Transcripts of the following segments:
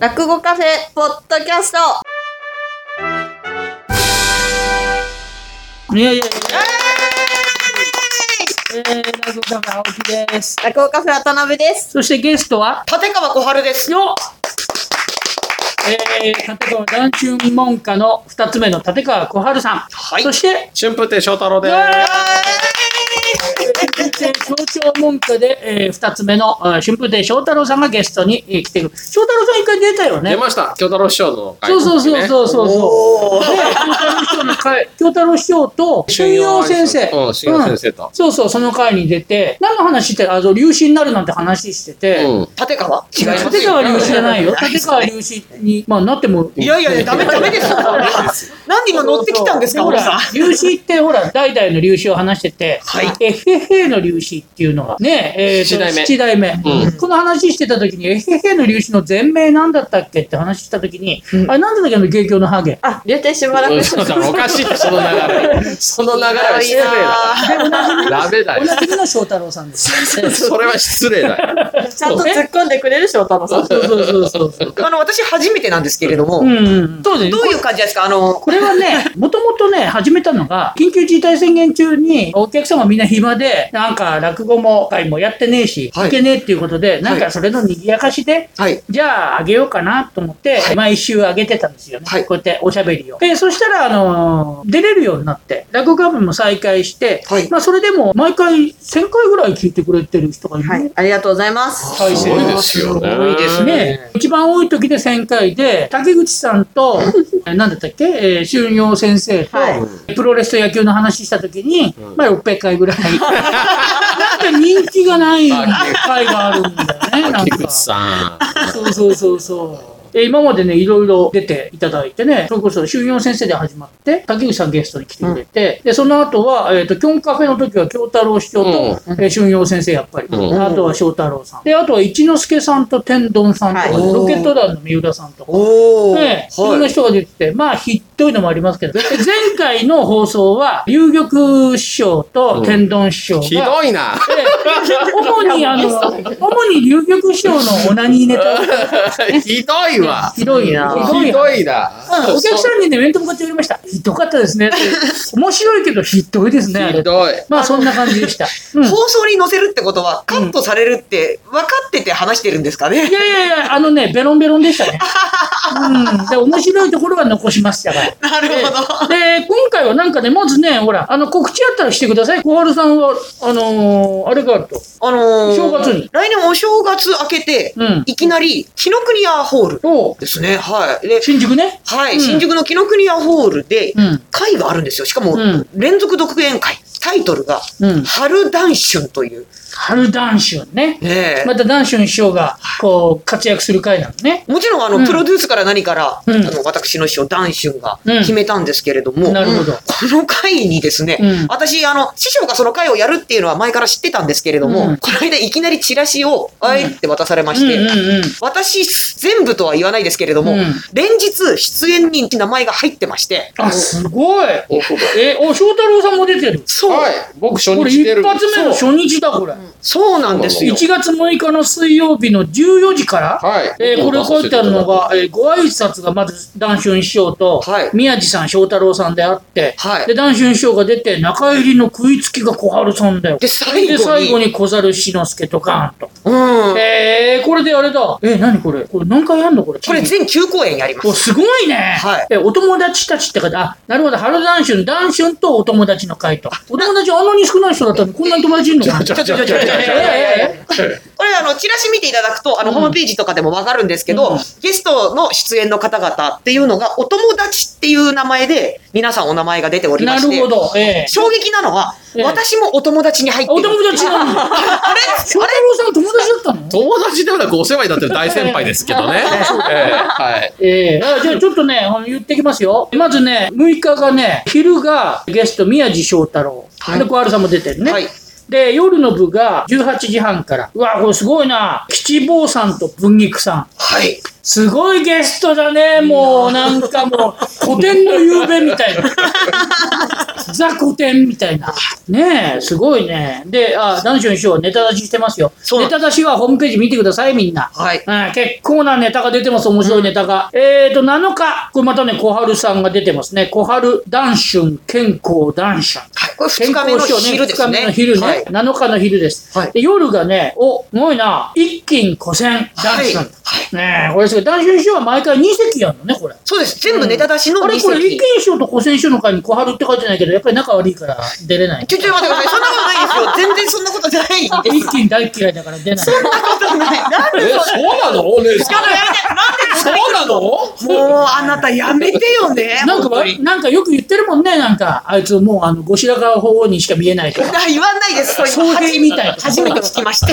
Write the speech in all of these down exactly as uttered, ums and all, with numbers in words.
落語カフェポッドキャスト。 いやいやいや、えー、落語カフェ青木です。 落語カフェ渡辺です。 そしてゲストは立川小春ですよ。えー、立川談春門下のふたつめの立川小春さん、 はい、 そして春風亭昇太郎です。 象徴門下で、えー、ふたつめの春風亭昇太郎さんがゲストに、えー、来てくる。昇太郎さん一回出たよね。 出ました。京太郎師匠の会、 ね、そうそうそうそうそうそう。で、京太郎師匠の会、京太郎師匠と春陽先生、 うん、春陽先生と、 うん、そうそう、その会に出て、何の話してた？あの粒子になるなんて話してて、 うん、立川？違います。 立川粒子じゃないよ。立川粒子にまあなってもいやいやいや、ダメダメですよ。なんで今乗ってきたんですか、 ほら。粒子ってほら代々の粒子を話してて、 はい、 エヘヘの粒子っていうのがね、えー、と七代目、うん、この話してた時にエヘヘの粒子の全名なんだったっけって話した時に、うん、あれなんだっけ、あの芸協のハゲ、 あ、竜亭しばらくそうだ、おかしいってその流れその流れは失礼だ。ダメだよ。 おなじみの翔太郎さんです。 それは失礼だよ。 ちゃんと突っ込んでくれる翔太郎さん。 そうそうそうそうそう。 あの私初めてなんですけれども、 うんうん、そうです。 どういう感じですか？あのこれはね、もともとね始めたのが緊急事態宣言中にお客様みんな暇で、なんか落語も会もやってねえし、はい、いけねえっていうことで、なんかそれの賑やかしで、はい、じゃああげようかなと思って、はい、毎週あげてたんですよね、はい、こうやっておしゃべりを。でそしたら、あのー、出れるようになって落語カフェも再開して、はい、まあそれでも毎回せんかいぐらい聞いてくれてる人がいる、 はい、ありがとうございます。 すごいですよね。 すごいですね。 一番多い時でせんかいで、竹口さんと何だったっけ、えー、春陽先生と、はい、プロレスと野球の話した時に、うん、まあろっぴゃっかいぐらいなんか人気がない回があるんだよね。 竹口さん、そうそうそうそう。今までね、いろいろ出ていただいてね、それこそ春陽先生で始まって、竹内さんゲストに来てくれて、うん、で、その後は、えっと、キョンカフェの時は京太郎師匠と、うん、えー、春陽先生やっぱり、うん、あとは翔太郎さん。で、あとは一之輔さんと天丼さんとか、はい、ロケット団の三浦さんとか、ね、いろんな人が出てて、まあ、ひどいのもありますけど、前回の放送は、龍玉師匠と天丼師匠が、うん、 ひどいな。 主に、あの、主に龍玉師匠のオナニーネタ、 ね、ひどいひどいな。 ひどいな。 お客さんにね、面と向かって言われました。ひどかったですね。面白いけどひどいですね。 ひどい。 まあそんな感じでした。 放送に載せるってことは、カットされるって分かってて話してるんですかね。 いやいやいや、あのね、ベロンベロンでしたね。うん。で、面白いところは残しましたから。 なるほど。 で、今回はなんかね、まずね、ほら、あの、告知あったらしてください。小春さんは、あのー、あれがあると。 あのー、 正月に。 来年お正月明けて、うん、いきなり、紀ノ国屋ホールですね。はい。で、 新宿ね。 はい。うん、新宿の紀ノ国屋ホールで、会があるんですよ。しかも、うん、連続独演会。タイトルが、うん、春談春という。 春談春ね。 ねまた談春師匠が、こう、活躍する会なのね。 もちろん、あの、うん、プロデュースから何から、うん、あの、私の師匠、談春が決めたんですけれども、 うん、なるほど。 この会にですね、うん、私、あの、師匠がその会をやるっていうのは前から知ってたんですけれども、うん、この間いきなりチラシを、あえって渡されまして、うんうんうんうん、私、全部とは言わないですけれども、うん、連日出演に名前が入ってまして。 あ、すごい。え、お、翔太郎さんも出てる。 そう。 はい、僕初日出る。 これ一発目の初日だ、これ。 そうなんですよ。 いちがつむいかの水曜日のじゅうよじから、はい、えー、これ書いてあるのが、えー、ご挨拶がまず談春師匠と、はい、宮地さん、翔太郎さんであって、はい、で談春師匠が出て、中入りの食いつきが小春さんだよ。 で、最後に、 で最後に小猿志之助とガーンと。 うん。 えー、これであれだ。えー、何これこれ何回やんのこれ。 これ全きゅうこうえんやります。 お、すごいね。 はい。 え、お友達たちってか、あ、なるほど、春談春、談春とお友達の会と。お友達あんなに少ない人だったのに、こんなに友達いるのかな。 ちょちょちょちょちょちょ。これあのチラシ見ていただくとあの、うん、ホームページとかでもわかるんですけど、うん、ゲストの出演の方々っていうのがお友達っていう名前で皆さんお名前が出ておりまして、 なるほど、えー、 衝撃なのは、えー、私もお友達に入ってる。 お友達なの。あれ翔太郎さん友達だったの？ 友達ではなくお世話になってる大先輩ですけどね。えー、はい。 えー、じゃあちょっとね言ってきますよ。まずねむいかがね昼がゲスト宮地翔太郎、はい、で小春さんも出てるね。はい。で、夜の部がじゅうはちじはんから。うわ、これすごいな。吉坊さんと文菊さん。 はい。 すごいゲストだね、もう、なんかもう、古典の夕べみたいな。ザ古典みたいな。ねえ、すごいね。で、あ、男子の師匠ネタ出ししてますよ。ネタ出しはホームページ見てください、みんな。 はい。 うん、結構なネタが出てます、面白いネタが。うん、えーと、なのか、これまたね、小春さんが出てますね。小春談春健康談春。 はい、これふつかめの昼ですね。 ふつかめの昼ね。はい、なのかの昼です。はい、で、夜がね、お、すごいな、一斤古銭談春。はい、ねえ、これですけど、談春師匠は毎回に席やるのね、これ。 そうです。全部ネタ出しのに席。 うん、あれ、これ、一斤師匠と古銭師匠の会に小春って書いてないけど、やっぱり仲悪いから出れない。 ちょちょ待ってください。そんなことないですよ。全然そんなことないんです。 一斤大嫌いだから出ない。 そんなことない。なんでえ、そうなのお姉さん。そうなのもう、あなたやめてよね。 なんか、なんかよく言ってるもんね、なんか、あいつもう、あの、後白河法皇にしか見えないとか。 言わないです。そういう。僧兵みたいな。 初めて聞きました。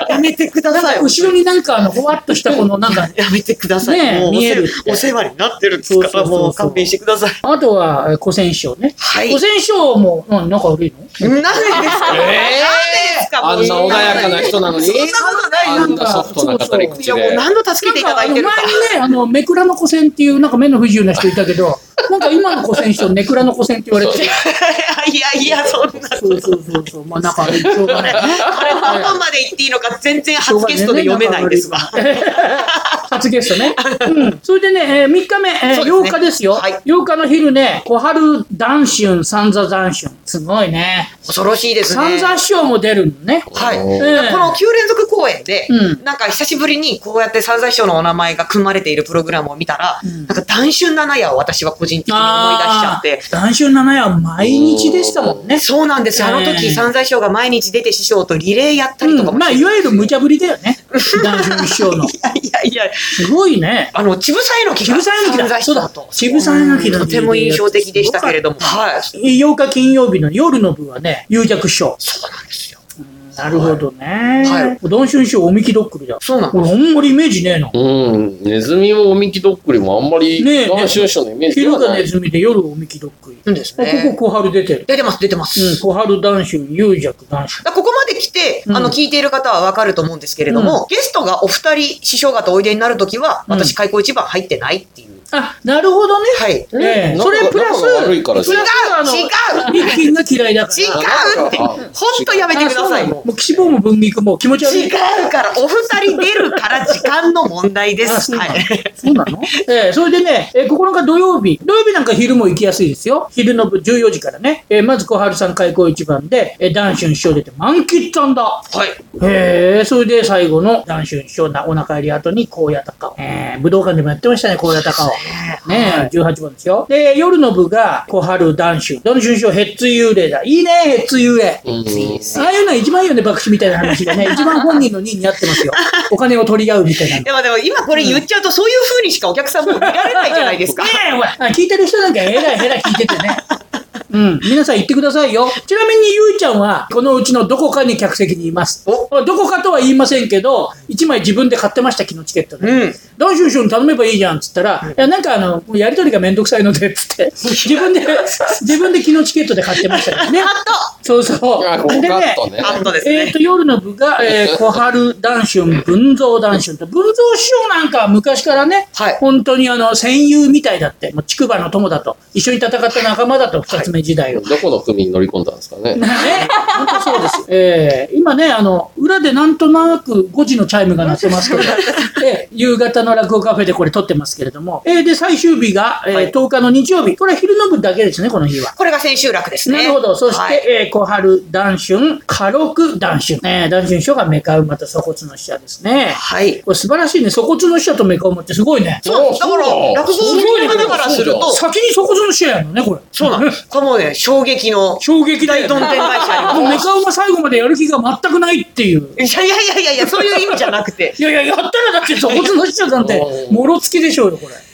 やめてください。 後ろになんか、あの、ほわっとしたこの、なんか。 やめてください。 ね見える。 お世話になってるんですから、もう勘弁してください。 あとは、古銭師匠ね。 はい。 古銭師匠も、なんか悪いの？ なんでですか？なんでですか？ あんな穏やかな人なのに。 そんなことない。 あんなソフトな語り口で。 いやもう何度助けていただいてるか。 前にね、あの、めくらの古銭っていう、なんか目の不自由な人いたけど、なんか今の古銭師匠、ネクラの古銭って言われて。 いやいや、そんな。 そうそうそうそう。まあ、なんか、しょうがない。 これ、どこまで言っていいのか全然初ゲストで読めないですわ。 初ゲストね。うん。それでね、えー、みっかめ、えー、ようかですよ。はい、ようかの昼ね、小春談春、三座談春。すごいね。 恐ろしいですね。 三座師匠も出るのね。 はい。えー、このきゅう連続公演で、うん、なんか久しぶりにこうやって三座師匠のお名前が組まれているプログラムを見たら、うん、なんか談春七夜を私は個人的に思い出しちゃって。 談春七夜は毎日でしたもんね。 そうなんですよ。あの時、三座師匠が毎日出て師匠とリレーやったりとかも、 うん、まあ、いわゆる無茶ぶりだよね。談春師匠の。 いやいやいや。 すごいね。 あの、ちぶさえの木が。ちぶさえの木だ。そうだ。ちぶさえの木だ。 とても印象的でしたけれども。 はい。ようか金曜日の夜の部はね、有弱師匠。 そうなんですよ。 なるほどね。はい。談春師匠、おみきどっくりだ。 そうなんです。 俺、あんまりイメージねえの。 うん。ネズミもおみきどっくりもあんまり、ねえ。談春師匠のイメージ昼がネズミで夜おみきどっくり。 うんですね。 ここ小春出てる。 出てます、出てます。 うん。小春談春、有弱談春。 ここまで来て、あの、聞いている方はわかると思うんですけれども、ゲストがお二人、師匠方おいでになるときは、私、開口一番入ってないっていう。 あ、なるほどね。 はい。 ええ。それプラス、 悪いから違う違う一品が嫌いだから。 違うって。ほんとやめてください。 もう、岸坊も文菊も気持ち悪い。 違うから、お二人出るから時間の問題です。 はい。そうなの？ええ、それでね、え、ここのか土曜日。土曜日なんか昼も行きやすいですよ。昼のじゅうよじからね。え、まず小春さん開口一番で、え、談春師匠出て、満喫さんだ。 はい。 へえ、それで最後の談春師匠なお腹入り後に高野高を。えー、武道館でもやってましたね、高野高を。ねえ、じゅうはちばんですよ。で、夜の部が小春談春。談春師匠、ヘッツ幽霊だ。いいね、ヘッツ幽霊。ああいうのは一番いいよね、爆死みたいな話がね。一番本人の任に合ってますよ。お金を取り合うみたいな。 でもでも今これ言っちゃうと、そういう風にしかお客さんも見られないじゃないですか。 ねえ、ほら、聞いてる人なんかヘラヘラ聞いててね。うん。皆さん言ってくださいよ。ちなみにゆいちゃんは、このうちのどこかに客席にいます。どこかとは言いませんけど、一枚自分で買ってました、昨日チケットで。うん。談春師匠に頼めばいいじゃん、っつったら、うん、いや、なんかあの、やりとりがめんどくさいので、つって、自分で、自分で昨日チケットで買ってましたからね。そうそう。 でね、 えっと、夜の部が、えー、小春談春、文蔵談春と、文蔵師匠なんか昔からね、はい、本当にあの、戦友みたいだって、もう筑波の友だと、一緒に戦った仲間だと、二つ目時代を。 どこの組に乗り込んだんですかね。 ね、本当そうです。えー、今ね、あの、裏でなんとなくごじのチャイムが鳴ってますけど、えー、夕方の落語カフェでこれ撮ってますけれども、えー、で、最終日が、えーはい、とおかの日曜日。これは昼の部だけですね、この日は。 これが千秋楽ですね。 なるほど。そして、はい、えー、小春談春、家禄談春。ね、談春師匠がメカウマと粗骨の使者ですね。はい。これ素晴らしいね。粗骨の使者とメカウマってすごいね。 そう。だから、落語を見る方からすると、 先に粗骨の使者やのね、これ。 そうなんです。これもね、衝撃の。 衝撃大どんでん返しあります。 もうメカウマ最後までやる気が全くないっていう。 いやいやいやいや、そういう意味じゃなくて。 いやいや、やったらだって粗骨の使者なんて、もろつきでしょうよ、これ。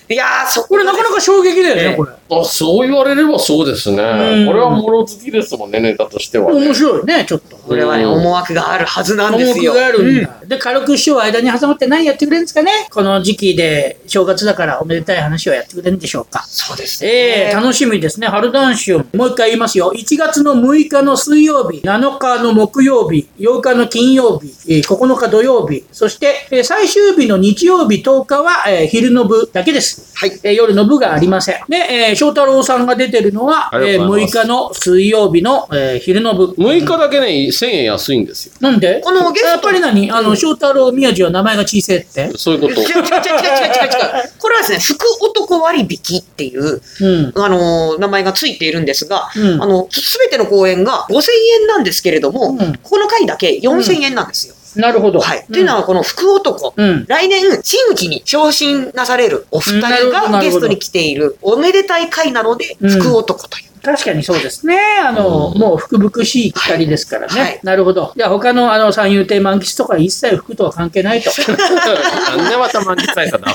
いやー、そここれなかなか衝撃だよね、これ。 あ、そう言われればそうですね。 うんこれは物好きですもんね、ネタとしてはね。 面白いね、ちょっと。 これはね、 うん思惑があるはずなんですよ。 重くがあるんだ。で、軽く師匠は間に挟まって何やってくれるんですかね。この時期で正月だからおめでたい話をやってくれるんでしょうか。 そうですね。 ええ楽しみですね。春談春。もう一回言いますよ。いちがつのむいかの水曜日、なのかの木曜日、ようかの金曜日、えーここのか土曜日、そして、えー最終日の日曜日とおかは、えー昼の部だけです。 はい。 えー夜の部がありません。で、えー翔太郎さんが出てるのは、 ありえー6 がとうございます日の水曜日の、えー昼の部。 むいかだけね、せんえん安いんですよ。 なんでこのゲストやっぱり何あの、翔太郎宮治は名前が小さいってそういうこと。 違う違う違う違う違う違う。これはですね、福男割引っていう、 うん。 あのー名前がついているんですが、 うんあの、すべての公演がごせんえんなんですけれども、 うんこの回だけよんせんえんなんですよ。 なるほど。 はい。というのは、この福男、 うん。 来年、真打ちに昇進なされるお二人なるほどなるほどがゲストに来ているおめでたい回なので、 うん福男という。 確かにそうですね。あの、もう福々しい二人ですからね。 はいなるほど。じゃあ他のあの三遊亭満喫とか一切服とは関係ないと。 なんでまた満喫祭さん出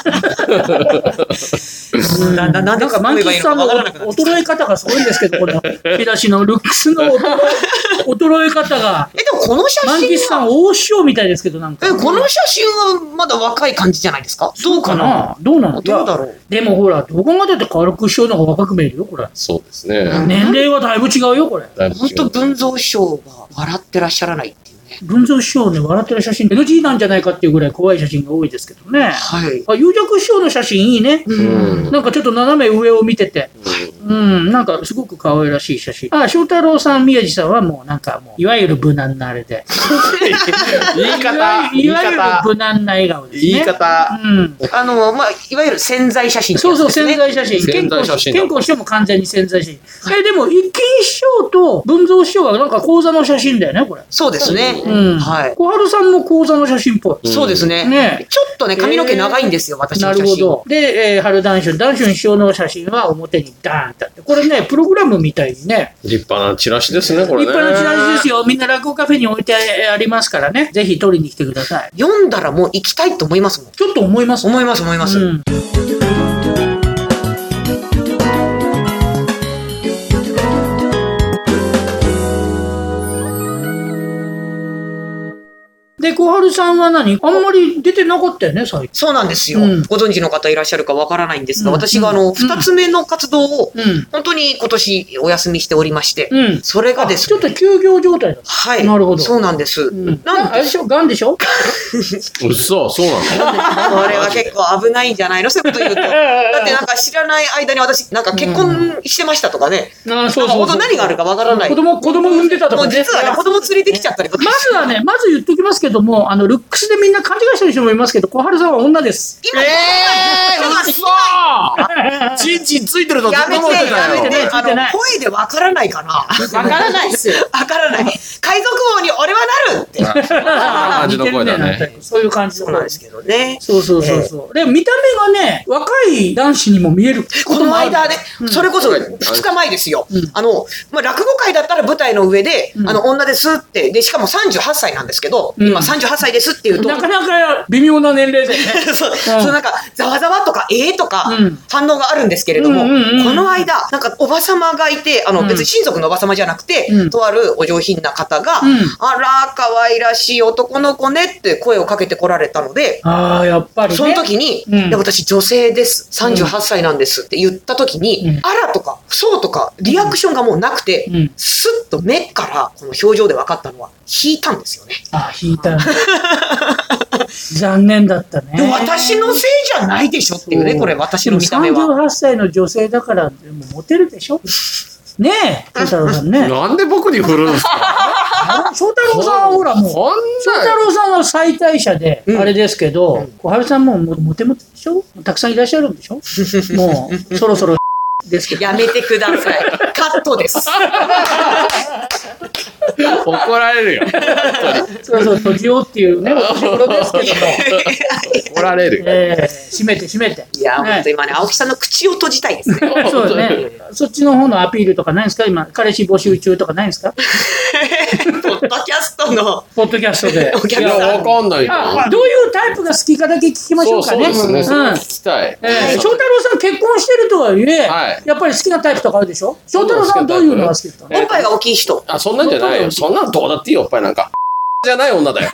すうんなななんでなんか満喫さんのわからなくなってきた衰え方がすごいんですけど、この引き出しのルックスの衰え衰え方が。 え、でもこの写満喫さ真は、 ん大塩みたいですけど、なんか。 え、この写真はまだ若い感じじゃないですか？どうかな？ どうなのどうだろう？ でもほら、どこまでって軽く塩の方が若く見えるよ、これ。 そうですね。 年齢はだいぶ違うよ、これ。 だいぶ違う本当文蔵師匠が笑ってらっしゃらないっていうね。 文蔵師匠ね、笑ってる写真 エヌジー なんじゃないかっていうぐらい怖い写真が多いですけどね。 はい。 あ、有弱師匠の写真いいね。 うんなんかちょっと斜め上を見てて。うん、なんかすごく可愛らしい写真。あ、翔太郎さん、宮治さんはもうなんかもう、いわゆる無難なあれで。 言い方、 い言いわゆる方、 無難な笑顔ですね。 言い方。 うん。 あの、まあ、いわゆる潜在写真ってそうそう、 やつですね。 潜在写真。 潜在写真健康師匠も完全に潜在写真。え、でも、一金師匠と文蔵師匠はなんか講座の写真だよね、これ。 そうですね。 うん。 はい。 小春さんも講座の写真っぽい。 そうですね。 ねちょっとね、髪の毛長いんですよ、私なの写真。 るほど。で、えー、春談春、談春師匠の写真は表にダーンってあって、これね、プログラムみたいにね、 立派なチラシですね、これね。 立派なチラシですよ。みんな落語カフェに置いてありますからね。ぜひ取りに来てください。 読んだらもう行きたいと思いますもん。 ちょっと思います思います、思います。 うん。で、小春さんは何あんまり出てなかったよね、最近。 そうなんですよ。 うんご存知の方いらっしゃるかわからないんですが、 うん私があの、 うん二つ目の活動を、 うん。 本当に今年お休みしておりまして、 うん。 それがですね、 ちょっと休業状態だった。 はい。 なるほどそうなんです。 うん。 なんあれでしょガンでしょうっそ、そうなのこれは結構危ないんじゃないのそういうこと言うと。だってなんか知らない間に私、なんか結婚してましたとかね。 ああ、そなか本当うんそうそう。 何があるかわからない。 子供、子供産んでたとかね。 もう実はね、子供連れてきちゃったりとか。 まずはね、まず言っときますけども、あの、ルックスでみんな勘違いしてる人もいますけど、小春さんは女です。 今、 えちょっと待ってー、ちんちんついてるとやめて、やめて、あの、 ついてない声でわからないかな。わわからないっすよ。 からない。海賊王に俺はなるって。 感じの声だね似てるなんかそういう感じの声そうなんですけどね。 そうそうそうそう。でも見た目がね、若い男子にも見えるこことのもある。 間ね、それこそふつかまえですよ。あの、まあ、落語会だったら舞台の上で、あの、女ですって、で、しかもさんじゅうはっさいなんですけど、 うん今さんじゅうはっさいですって言うと、 なかなか微妙な年齢でね。 そう、そうなんか、ざわざわとか、ええとかうん、 反応があるんですけれども、 うんうんうんこの間、なんか、おばさまがいて、あの、 うん別に親族のおばさまじゃなくて、 うんとあるお上品な方が、 うんあら、可愛らしい男の子ねって声をかけてこられたので、 ああ、やっぱりね。 その時に、 うんいや私女性です。さんじゅうはっさいなんですって言った時に、 うんあらとか、そうとか、リアクションがもうなくて、 うんスッと目からこの表情で分かったのは、引いたんですよね。 あ、引いた。残念だったね。 でも私のせいじゃないでしょっていうね、これ私の見た目は。 でもさんじゅうはっさいの女性だから、でもモテるでしょねえ、翔太郎さんね。 なんで僕に振るんですか翔太郎さんはほらもう、 こん翔太な、 郎さんは最大者で、あれですけど、小春さんももうモテモテでしょたくさんいらっしゃるんでしょもう、そろそろですけど。 やめてください。カットです。 怒られるよ。 そうそう、閉じようっていうね、お年頃ですけども。 怒られるよ。 ええ閉めて閉めて。 いや、 ね本当今ね、青木さんの口を閉じたいですね。 そうだね。そっちの方のアピールとかないんですか今、彼氏募集中とかないんですか募ポッドキャストのポッドキャストで。 お客いや、 さん。 わかんないけど。 あどういうタイプが好きかだけ聞きましょうかね。 そうそうですね。それうん聞きたい。 えー、翔太郎さん結婚してるとはいえ、 はいやっぱり好きなタイプとかあるでしょ。翔太郎さんはどういうのが好きですか。 おっぱいが大きい人。 あ、そんなんじゃないよ。そんなんどうだっていいよ、おっぱいなんか。じゃない女だよ。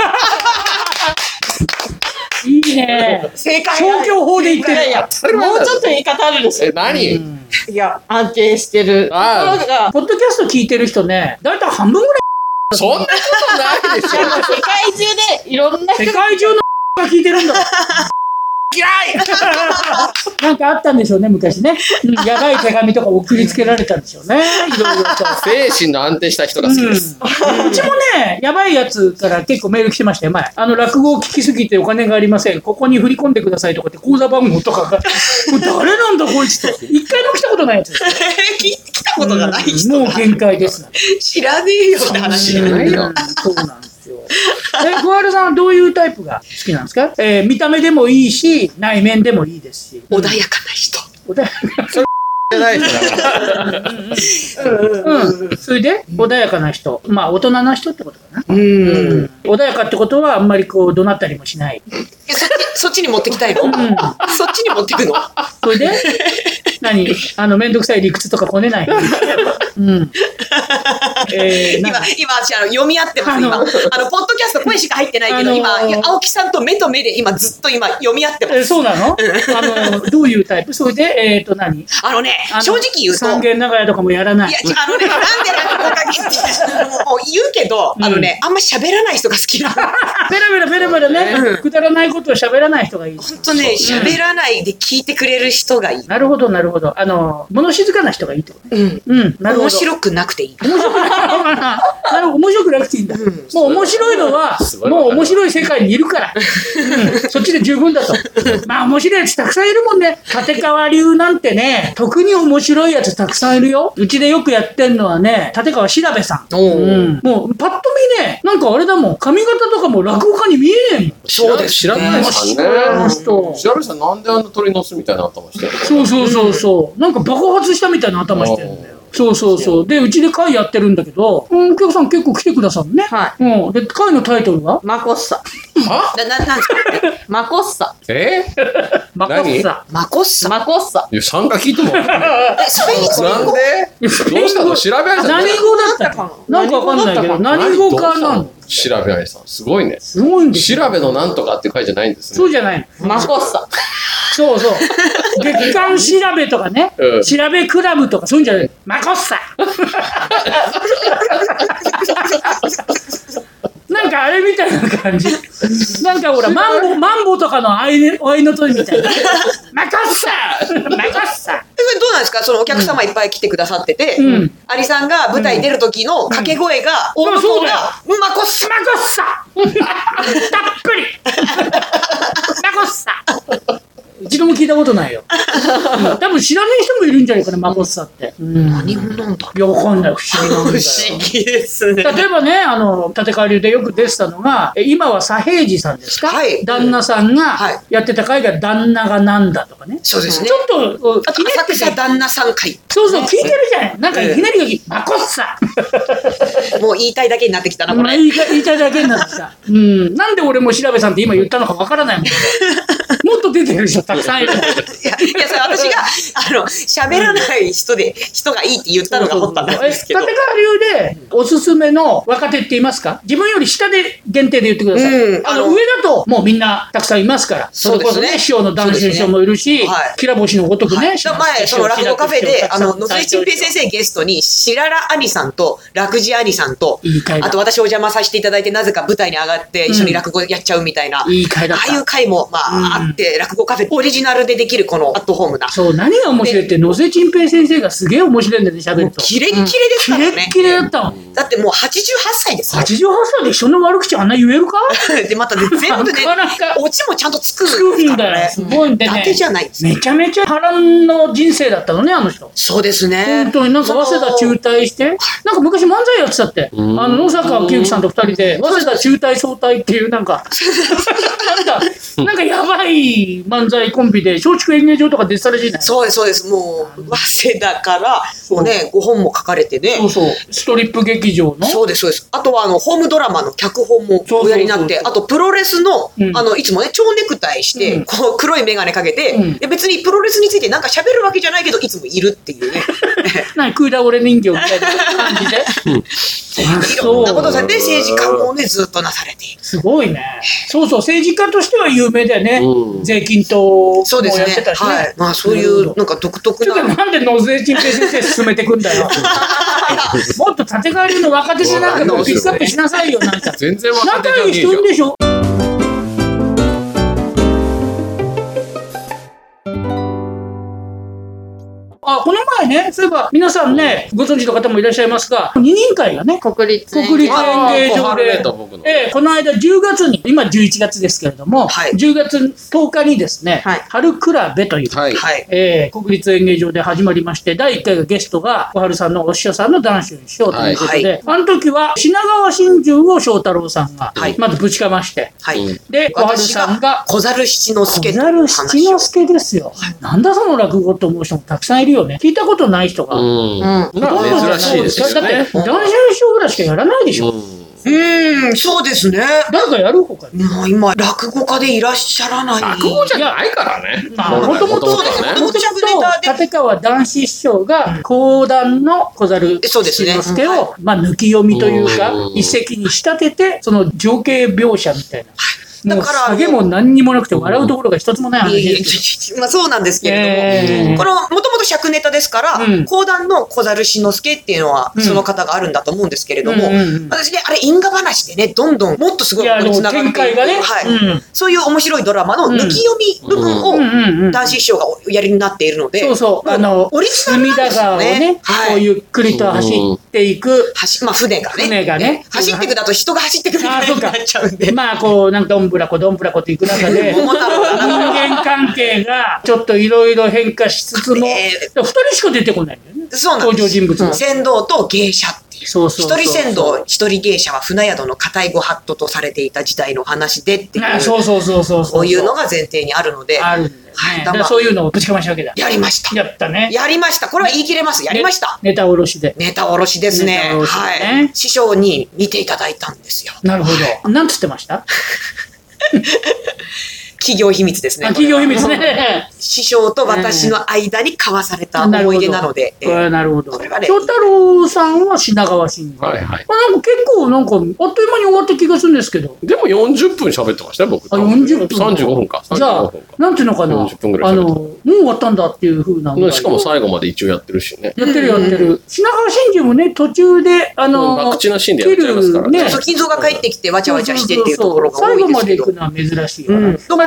いいね。 正解。 消去法で言ってる。 いやいや、もうちょっと言い方あるでしょ。 え、何？ うんいや、安定してる。 あーところがポッドキャスト聞いてる人ね、だいたい半分ぐらい。 そんなことないでしょ。 世界中でいろんな人世界中のが聞いてるんだ。 嫌い。 なんかあったんでしょうね、昔ね。うん、やばい手紙とか送りつけられたんでしょうね。いろいろと。 精神の安定した人が好きです。 うん、うちもね、やばいやつから結構メール来てましたよ、前。あの、落語を聞きすぎてお金がありません。ここに振り込んでくださいとかって口座番号とかが。もう誰なんだこいつと。一回も来たことないやつです。 き来たことがないうん人が。 もう限界です。 知らねえよって話。 知らないようんそうなんですよ。え、小原さんはどういうタイプが好きなんですか。えー見た目でもいいし、内面でもいいですし。 穏やかな人。 穏やかじゃない人だから。 うん。それで、穏やかな人。まあ、大人な人ってことかな。 うん。 うん穏やかってことは、あんまりこう、怒鳴ったりもしない。 えそっち、そっちに持ってきたいの、 うん。 そっちに持ってくのそれで、何あの、めんどくさい理屈とかこねない。うん。えー、 今、 な今、私、あの、読み合ってます、今。あの、ポッドキャスト声しか入ってないけど、 あのー今、いや青木さんと目と目で今ずっと今読み合ってまえす。 そうなのあの、どういうタイプそれで、えっ、と何、 あのねあの、 正直言うと、 三軒長屋とかもやらない。 いや、あのね、なんで落語家限定もうもう言うけど、あのね、あんま喋らない人が好きなの。 ベラベラベラベラね、くだらないことを喋らない人がいい。 ほんとね、喋らないで聞いてくれる人がいい。 なるほど、なるほど。あの、物静かな人がいいってことね。 うん。 うん、なるほど。 面白くなくていい。 面白くない。なるほど、面白くなくていいんだ。 うんもう面白いのはす、ごいもう面白い世界にいるから。うん、そっちで十分だと。まあ面白いやつたくさんいるもんね。立川流なんてね、特に面白いやつたくさんいるよ。うちでよくやってんのはね、立川調べさん。 おーうん、もうパッと見ね、なんかあれだもん、髪型とかも落語家に見えねえもん。 そうです知らないさんね。 あの人。 調べさんなんであんな鳥の巣みたいな頭してるの？ そうそうそうそう。なんか爆発したみたいな頭してるんだよ。そうそうそう。で、うちで会やってるんだけど、うん、お客さん結構来てくださるね。 はうん。で、会のタイトルはマコッサ。 は？ な、な、なんですかマコッサ。 え？ マコッサ。 マコッサ。 マコッサ。 いや、参加聞いても。 え、スペイン語なんで？どうしたの？調べあいさん。 何語だったかななんかわかんないけど、何語かなの。 調べあいさん。すごいね。 すごいんですよ。 調べのなんとかっていう回じゃないんですね。 そうじゃないの。 マコッサ。 そうそう。月刊調べとかね、 うん調べクラブとかそういうんじゃない。マコッサ。なんかあれみたいな感じ。なんかほら、マンボ、マンボとかの合い合いのとりみたいな。マコッサマコッサえこれどうなんですかそのお客様いっぱい来てくださってて、 うんアリさんが舞台に出る時の掛け声が、大うんそうだよ元が、マコッサ。 マコッサたっぷりマコッサ一度も聞いたことないよ。うん多分知らない人もいるんじゃないかな、マコッサって。うん何語なんだいや、わかんない。不思議なんだよ。 不思議ですね。 例えばね、あの、立川流でよく出てたのが、え今は左平次さんですか、 はい旦那さんがはいやってた回が旦那がなんだとかね。 そうですねちょっとこう、 あとひねってて、 浅草旦那さん会。 そうそう、聞いてるじゃない。なんかひねりがき、マコッサもう言いたいだけになってきたな、これ。 まあ言いた言いたいだけになってきた。うん。なんで俺も調べさんって今言ったのかわからないもん。もっと出てる人たくさんいる。 いや、いや、それ私が、あの、喋らない人で、人がいいって言ったのが掘ったんですけど。 え立川流でおすすめの若手っていますか？自分より下で限定で言ってください。 うんあのあの上だともうみんなたくさんいますから。 そうですねれこそね、師匠の談春師匠もいるし、 そうですねはいきら星のごとくね。 はい、 師匠前、その落語カフェで、あの、野添一一平先生ゲストに、白良兄さんと、楽寺兄さんといい回、だあと私お邪魔させていただいて、なぜか舞台に上がって一緒に落語やっちゃうみたいな、 いい回だったああいう回も、まあ、 うんあって、落語カフェオリジナルでできるこのアットホームな。 そう、何が面白いって、野瀬陳平先生がすげえ面白いんだよね、喋ると。 キレッキレですキからね。 レッキレだったもん。 だってもうはちじゅうはっさいですよ。 はちじゅうはっさいで人の悪口あんな言えるか？ で、またね、全部ねなかなか、 オチもちゃんと作る作んですからねるんだよ。。すごいんでね。 だけじゃないです。 めちゃめちゃ波乱の人生だったのね、あの人。 そうですね。 本当になんか早稲田中退して、なんか昔漫才やってたって、あんの野坂昭之さんと二人で、早稲田中退早退っていうなんか、なんか、なんかやばい漫才コンビで、松竹演芸場ととか出てたらしいね。 そうです、そうです。もう、早稲田から、もうね、ごほんも書かれてね。 そうそう。ストリップ劇場の。 そうです、そうです。あとは、あの、ホームドラマの脚本もおやりになって、あと、プロレスの、あの、いつもね、蝶ネクタイして、こう、黒い眼鏡かけて、で、別にプロレスについてなんか喋るわけじゃないけど、いつもいるっていうね。 何、食い倒れ人形みたいな感じで。 いろんなことされて、政治家もね、ずっとなされている。 すごいね。そうそう、政治家としては有名だよね。税金ともやってたしね。 はい。まあ、そういう、なんか独特な。 ちょっとなんで野税金平先生進めてくんだよ。もっと立川流の若手でなんかピックアップしなさいよ、なんか。 全然若手じゃねえじゃん。 仲いい人いるでしょ。あ、この前ね、そういえば皆さんね、ご存知の方もいらっしゃいますが、二人会がね、 国立国立演芸場で、えー、この間じゅうがつに、今じゅういちがつですけれども、はい、じゅうがつとおかにですね、はい、春比べという、はい、えー、国立演芸場で始まりまして、だいいっかいがゲストが小春さんのお師匠さんの談春師匠ということで、はい、あの時は品川真珠を翔太郎さんが、はい、まずぶちかまして、はい、で、小春さんが、 小猿七之助。 小猿七之助ですよ。はい、なんだその落語と思う人もたくさんいるよね。聞いたことない人が。うん。 珍しいですよね。 だって、談春師匠ぐらいしかやらないでしょ。 うん、そうですね。 誰かやるほかに。 もう今、落語家でいらっしゃらない。 落語じゃないからね。 もともと、立川談志師匠が、講談の小猿七之助を、まあ、抜き読みというか、一席に仕立てて、その情景描写みたいな。だから、下げも何にもなくて、笑うところが一つもない話です。 まあそうなんですけれども、この、もともと尺ネタですから、講談の小猿志之助っていうのは、その方があるんだと思うんですけれども、私ね、あれ因果話でね、どんどんもっとすごいことにつながっていく。そういう面白いドラマの抜き読み部分を、談志師匠がおやりになっているので、 そうそう、あの、 オリジナル隅田川をね、こうゆっくりと走っていく。 まあ船がね。 船がね。 走っていくだと人が走っていくみたいになっちゃうんで。 まあこう、なんかどんぶらこどんぶらこといく中で人間関係がちょっといろいろ変化しつつも、えー、ふたりしか出てこないんだよね。 そうなんです。登場人物が船頭と芸者っていう。そうそうそうそう。一人船頭一人芸者は船宿の固いご法度とされていた時代の話でっていう。 そうそうそうそうそう。 そういうのが前提にあるので。 あるんだよね。はい、だからそういうのをぶちかましたわけだ。 やりました。 やったね。 やりました。これは言い切れます。やりました。 ネタおろしで。 ネタおろしですね。はい。師匠に見ていただいたんですよ。 なるほど。なんつってました企業秘密ですね。 企業秘密ね。 師匠と私の間に交わされた思い出なので。 なるほど。翔太郎さんは品川真珠。はいはい。なんか結構なんかあっという間に終わった気がするんですけど。 でもよんじゅっぷん喋ってましたよ、僕。 あ、よんじゅっぷん。 さんじゅうごふんか。 じゃあ、なんていうのかな。よんじゅっぷんぐらい。あの、もう終わったんだっていうふうな。 しかも最後まで一応やってるしね。 やってるやってる。品川真珠もね、途中で、あの、 博打なシーンでやっちゃいますからね。 金蔵が帰ってきてわちゃわちゃしてっていうところが多いですけど。 最後まで行くのは珍しいから。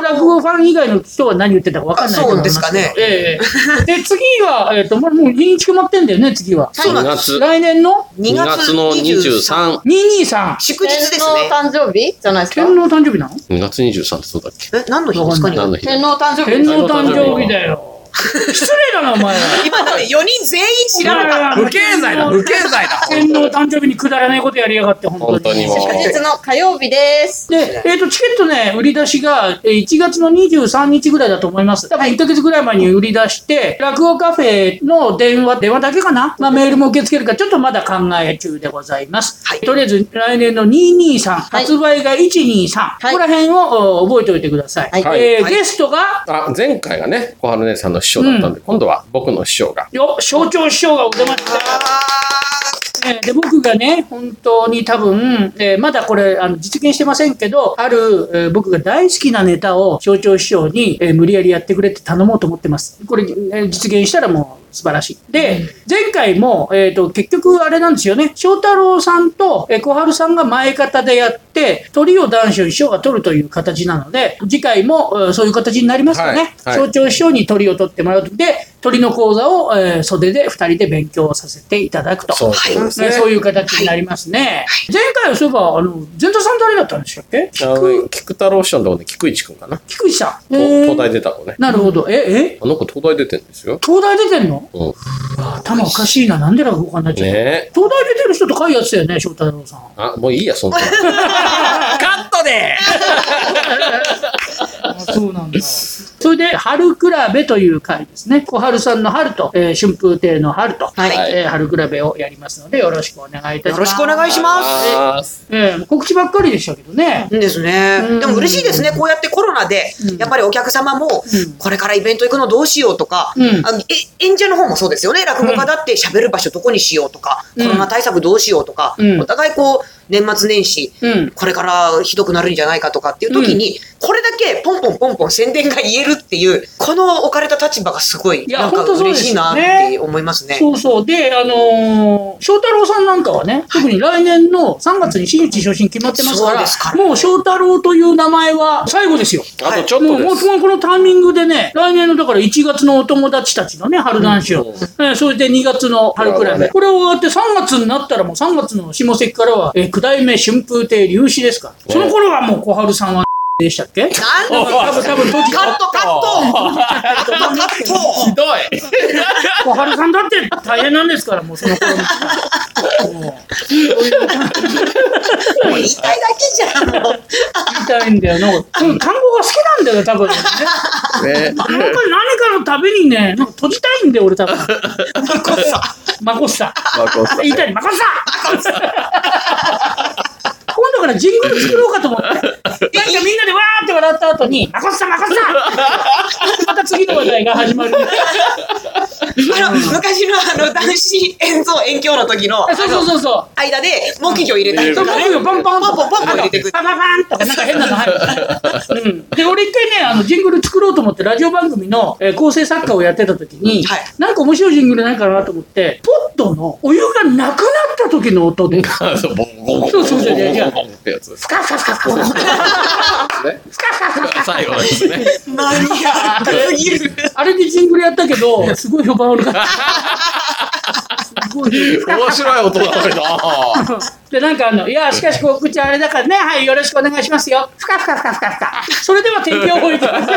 落語ファン以外の人は何言ってたか分かんないけど。 そうですかね。 ええ。で、次は、えっと、もう日にち決まってんだよね、次は。 そうなんです。 来年のにがつのにじゅうさん。 にひゃくにじゅうさん。 祝日ですね。 天皇誕生日じゃないですか。 天皇誕生日なの ? にがつにじゅうさんってそうだっけ？ え、何の日ですか？ 天皇誕生日。 天皇誕生日だよ。失礼だな、お前。 今だってよにん全員知らなかった。 不敬罪だ、不敬罪だ。 天皇誕生日にくだらないことやりやがって、本当に。 祝日の火曜日です。 で、えっと、チケットね、売り出しがいちがつのにじゅうさんにちぐらいだと思います。多分いっかげつぐらい前に売り出して、落語カフェの電話、電話だけかな、まあ、メールも受け付けるか、ちょっとまだ考え中でございます。はい、とりあえず、来年のにひゃくにじゅうさん、はい、発売がいちにーさん、はい、ここら辺を覚えておいてください。はい、えーはい、ゲストが、 あ、前回がね、小春姉さんの師匠だったんで、うん、今度は僕の師匠が。 よ、象徴師匠がお出ました。で、僕がね、本当に多分、えー、まだこれ、あの、実現してませんけど、ある、えー、僕が大好きなネタを象徴師匠に、えー、無理やりやってくれって頼もうと思ってます。これ、えー、実現したらもう、素晴らしい。で、前回も、えっと、結局あれなんですよね。翔太郎さんと、えー、小春さんが前方でやって、鳥を談春師匠が取るという形なので、次回も、えー、そういう形になりますかね。はいはい、象徴師匠に鳥を取ってもらうと。で、鳥の講座を、えー、袖で二人で勉強させていただくと。そうですね。そういう形になりますね。はい、前回はそういえば、あの、前座さん誰だったんでしたっけ？ 菊太郎師匠のところで菊市くんかな。 菊市さん。 東大出た子ね。 なるほど。え、えあの子東大出てるんですよ。 東大出てんの？ うん。 頭おかしいな。なんで落語家になっちゃうの？ね。東大出てる人と会やってたよね、翔太郎さん。 あ、もういいや、そんな。カットでそうなんだ。 それで、春比べという回ですね。小春さんの春と、えー春風亭の春と、 はいえー春比べをやりますので、よろしくお願いいたします。 よろしくお願いします。 えー告知ばっかりでしたけどね。 いいですね。 うんでも嬉しいですね。こうやってコロナでうん、 やっぱりお客様もうん、 これからイベント行くのどうしようとか、 うんあのえ演者の方もそうですよね。落語家だって喋る場所どこにしようとか、 うんコロナ対策どうしようとか、 うんお互いこう、年末年始、 うんこれからひどくなるんじゃないかとかっていう時に、これだけポンポンポンポン宣伝が言えるっていう、この置かれた立場がすごい、 いやなんか本当そうですよ嬉しいなねって思いますね。 そうそう。で、あのー翔太郎さんなんかはね、特に来年のさんがつに真打ち昇進決まってますかそうら、 ですからもう翔太郎という名前は最後ですよ。 あとちょっもう、もうとです。 このタイミングでね、来年のだからいちがつのお友達たちのね、春男子を、えーそれでにがつの春くらいで、これ終わってさんがつになったらもうさんがつの下関からは、えー、九代目春風亭龍子ですから。その頃はもう小春さんはでしたっけ？ なん多分、多分、時カットカットカットひどい。 小春さんだって大変なんですから、もうその頃に。もうもう言いたいだけじゃん、もう。 言いたいんだよ。なんか、その単語が好きなんだよ、多分。ね、 ね。 なんか何かのたびにね、なんか閉じたいんだよ、俺多分。マコッサ。マコッサ。 まあこうさ言いたい、マコッサ今度からジングル作ろうかと思って。なんかみんなでわーって笑った後に、マコッサ、マコッサまた次の話題が始まる。 あの昔のあの男子演奏演奏の時のそうそうそうそう。 間で木魚入れたりそう、 とかね。 僕よ、パンパンパンパンパンパン入れてくパンパンパンとかなんか変なの入る。うん。で、俺一回ね、あの、ジングル作ろうと思って、ラジオ番組の、えー構成作家をやってた時に、 はいなんか面白いジングルないかなと思って、ポットのお湯がなくなった時の音で、 そうボンボンボンそうそうそうボンボンボンってやつですスカスカスカスカスカスカね。 スカスカスカスカス最後ですね。 マニアックすぎる。 あれでジングルやったけど、すごい評判悪かった。すごい。 面白い音だな。 で、なんかあの、いや、しかし告知あれだからね、はい、よろしくお願いしますよ。ふかふかふかふかふか。それでは天気予報いきます。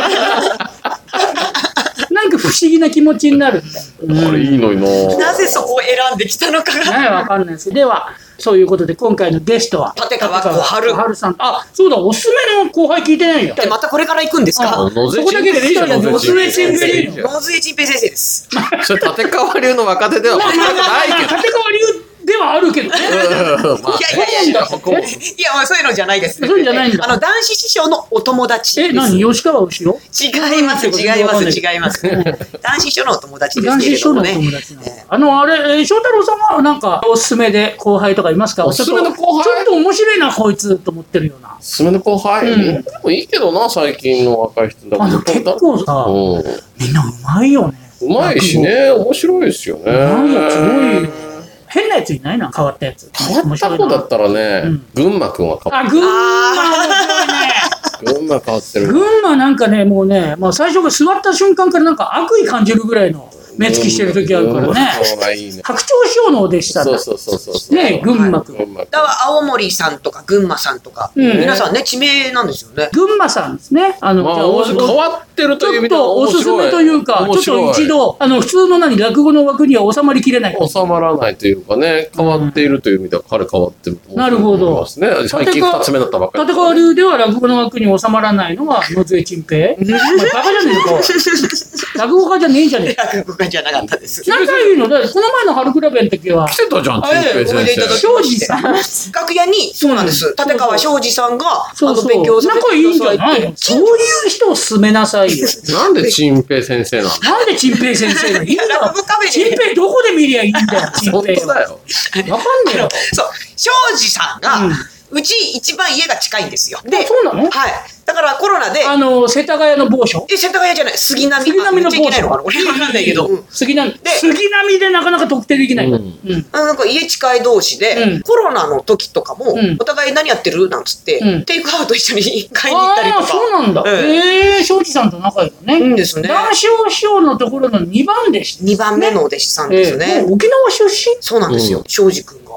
なんか不思議な気持ちになるんだよ。 これいいのにな。 なぜそこを選んできたのかが。 ね、わかんないです。では、そういうことで今回のゲストは、 立川小春小春さん。あ、そうだ、おすすめの後輩聞いてないよ。 でまたこれから行くんですか？ あ野瀬そこだけでいいじゃん。 野野瀬末チンペリーノ。 野添陳平先生です。 それ立川流の若手では全くないけど。 立川流ではあるけどね。 うんまあいやいやいやこういや、まあそういうのじゃないですね。 そういうのじゃないんだあの、男子師匠のお友達です。 え、何吉川後ろ違います、違います、違います。男子師匠のお友達です男子師匠のおけれどもね。 友達なの。あの、あれ、えー翔太郎さんはなんかおすすめで後輩とかいますか？ おすすめの後輩ちょっとちょっと面白いな、こいつと思ってるような。 おすすめの後輩、 うんでもいいけどな、最近の若い人だあの、結構さ、 うみんなうまいよね。 ん。うまいしね、面白いですよね。 なんかすごい。変なやついないな、変わったやつ。 変わった子だったらね、 うん群馬くんは変わっあ、群馬面白いね。 群馬変わってる。 群馬なんかね、もうね、まあ最初から座った瞬間からなんか悪意感じるぐらいの目つきしてる時あるからね。 そうがいいね。 白鳥師匠のお弟子さんだ。 そうそうそうそう。 ね、群馬くん。 群馬くんだから青森さんとか群馬さんとか、 うん皆さんね、地名なんですよね。 群馬さんですね。あの、 まあ、 じゃあお変わってるという意味ではちょっとおすすめというか、ちょっ面白いと一度、あの、普通の何、落語の枠には収まりきれない。 収まらないというかね、変わっているという意味では彼変わってると思いますね。 なるほど最近二つ目だったばっかり。 立川流では落語の枠に収まらないのが野添陳平。お前バカじゃねえのか。落語家じゃねえんじゃねえか。 落語家じゃなかったです。 仲いいのだってこの前の春比べの時は、 来てたじゃん、 あええ陳平おいでいただ先き生。 まして庄司さん。 楽屋に、そうなんです。立川庄司さんが、あの、 そうそう。 勉強させて仲いいんじゃくださいってないの。そういう人を勧めなさいよ。 なんで陳平先生なの？ なんで陳平先生がいいんだよ。 落語カフェ陳で、 平どこで見りゃいいんだよ、陳本当平は。 だよ。 わかんねえよ。 そう、庄司さんが、うち一番家が近いんですよ。で、 あそうなのはい。だからコロナで、 あの、世田谷の某所え、世田谷じゃない、杉並。 杉並のあ言っちゃいけないのかな某所俺わかんないけど。うん杉並。 で杉並でなかなか特定できないから。 うんうん。 あのなんか家近い同士で、 うんコロナの時とかも、 うんお互い何やってるなんつって、 うんテイクアウト一緒に買いに行ったりとああ、 か。 そうなんだ。 ええええ、庄司さんと仲いいのね。 いいんですね。 談笑師匠のところのにばん弟子。 にばんめのお弟子さんですね。 ええもう沖縄出身そうなんですよ。庄司くんが。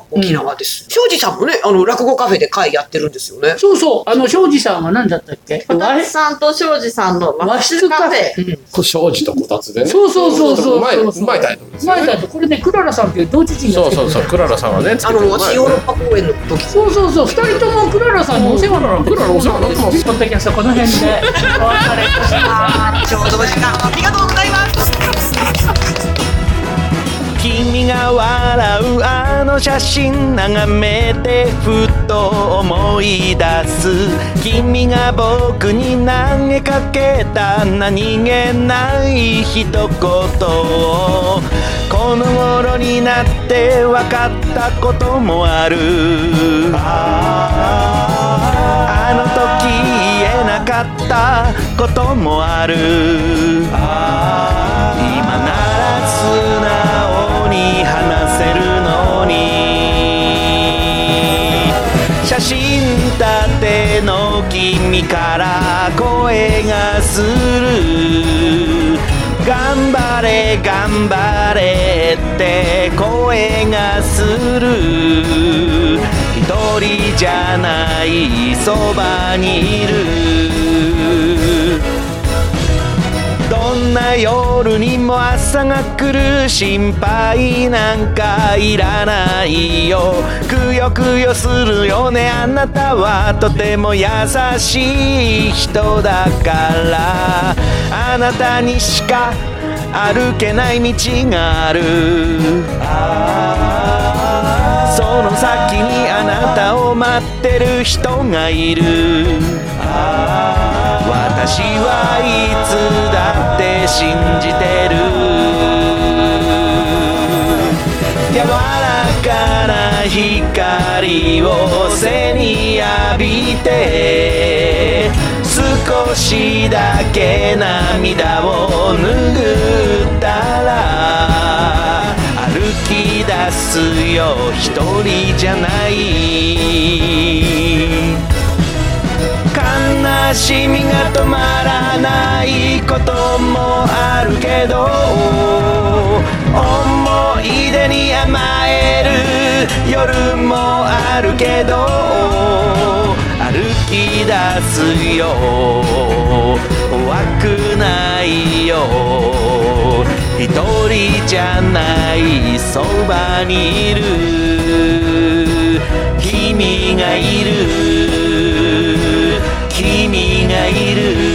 沖縄です。庄司さんもね、あの、落語カフェで会やってるんですよね。 そうそう。あの、庄司さんは何だったっけ？ こたつさんと庄司さんの和室カフェ。 これ庄司とこたつでね。 そうそうそうそう。 うまい、うまいタイトルですね。 うまいタイトル。これね、クララさんっていう同時人がそうそうそう。クララさんはね、 あの、私ヨーロッパ公演の時。 そうそうそう。二人ともクララさんにお世話になる。 クララお世話になってます。 ポッドキャストこの辺でお別れします。 ちょうどお時間ありがとうございます。 君が笑うあの写真眺めてふと思い出す。君が僕に投げかけた何気ない一言をこの頃になって分かったこともある。あの時言えなかったこともある。今なら素直に話せるのに。写真立ての君から声がする。頑張れ頑張れって声がする。一人じゃないそばにいる。どんな夜にも朝が来る。心配なんかいらないよ。くよくよするよね。あなたはとても優しい人だから。あなたにしか歩けない道がある。その先にあなたを待ってる人がいる。私はいつだって信じてる。柔らかな光を背に浴びて少しだけ涙を拭ったら歩き出すよ一人じゃない。悲しみが止まらないこともあるけど思い出に甘える夜もあるけど歩き出すよ怖くないよ一人じゃないそばにいる君がいる君がいる